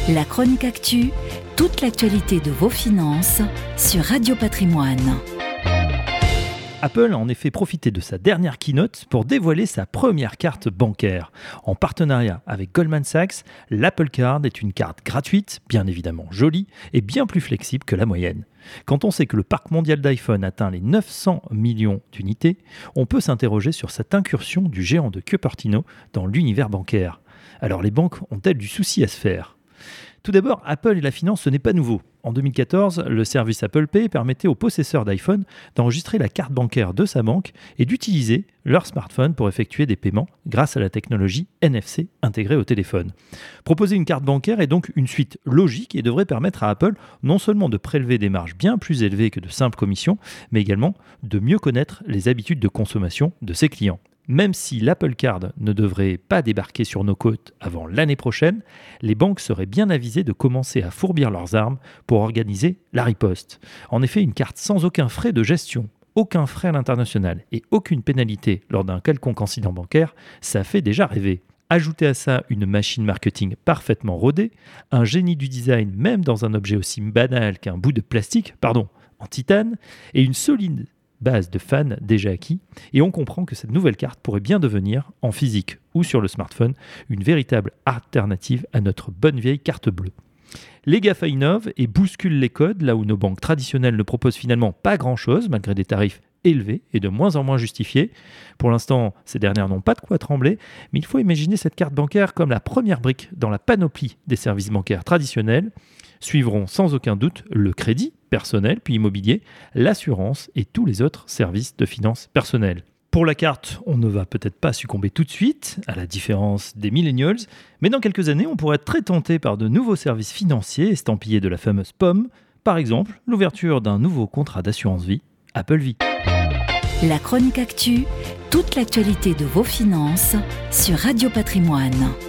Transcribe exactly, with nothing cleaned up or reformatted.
La chronique actu, toute l'actualité de vos finances sur Radio Patrimoine. Apple a en effet profité de sa dernière keynote pour dévoiler sa première carte bancaire. En partenariat avec Goldman Sachs, l'Apple Card est une carte gratuite, bien évidemment jolie et bien plus flexible que la moyenne. Quand on sait que le parc mondial d'iPhone atteint les neuf cents millions d'unités, on peut s'interroger sur cette incursion du géant de Cupertino dans l'univers bancaire. Alors les banques ont-elles du souci à se faire ? Tout d'abord, Apple et la finance, ce n'est pas nouveau. En deux mille quatorze, le service Apple Pay permettait aux possesseurs d'iPhone d'enregistrer la carte bancaire de sa banque et d'utiliser leur smartphone pour effectuer des paiements grâce à la technologie N F C intégrée au téléphone. Proposer une carte bancaire est donc une suite logique et devrait permettre à Apple non seulement de prélever des marges bien plus élevées que de simples commissions, mais également de mieux connaître les habitudes de consommation de ses clients. Même si l'Apple Card ne devrait pas débarquer sur nos côtes avant l'année prochaine, les banques seraient bien avisées de commencer à fourbir leurs armes pour organiser la riposte. En effet, une carte sans aucun frais de gestion, aucun frais à l'international et aucune pénalité lors d'un quelconque incident bancaire, ça fait déjà rêver. Ajoutez à ça une machine marketing parfaitement rodée, un génie du design même dans un objet aussi banal qu'un bout de plastique, pardon, en titane, et une solide base de fans déjà acquis, et on comprend que cette nouvelle carte pourrait bien devenir, en physique ou sur le smartphone, une véritable alternative à notre bonne vieille carte bleue. Les GAFA innovent et bousculent les codes là où nos banques traditionnelles ne proposent finalement pas grand-chose malgré des tarifs élevés et de moins en moins justifiés. Pour l'instant, ces dernières n'ont pas de quoi trembler, mais il faut imaginer cette carte bancaire comme la première brique dans la panoplie des services bancaires traditionnels. Suivront sans aucun doute le crédit personnel puis immobilier, l'assurance et tous les autres services de finances personnelles. Pour la carte, on ne va peut-être pas succomber tout de suite, à la différence des millennials, mais dans quelques années, on pourrait être très tenté par de nouveaux services financiers estampillés de la fameuse pomme, par exemple l'ouverture d'un nouveau contrat d'assurance vie, Apple Vie. La chronique actu, toute l'actualité de vos finances sur Radio Patrimoine.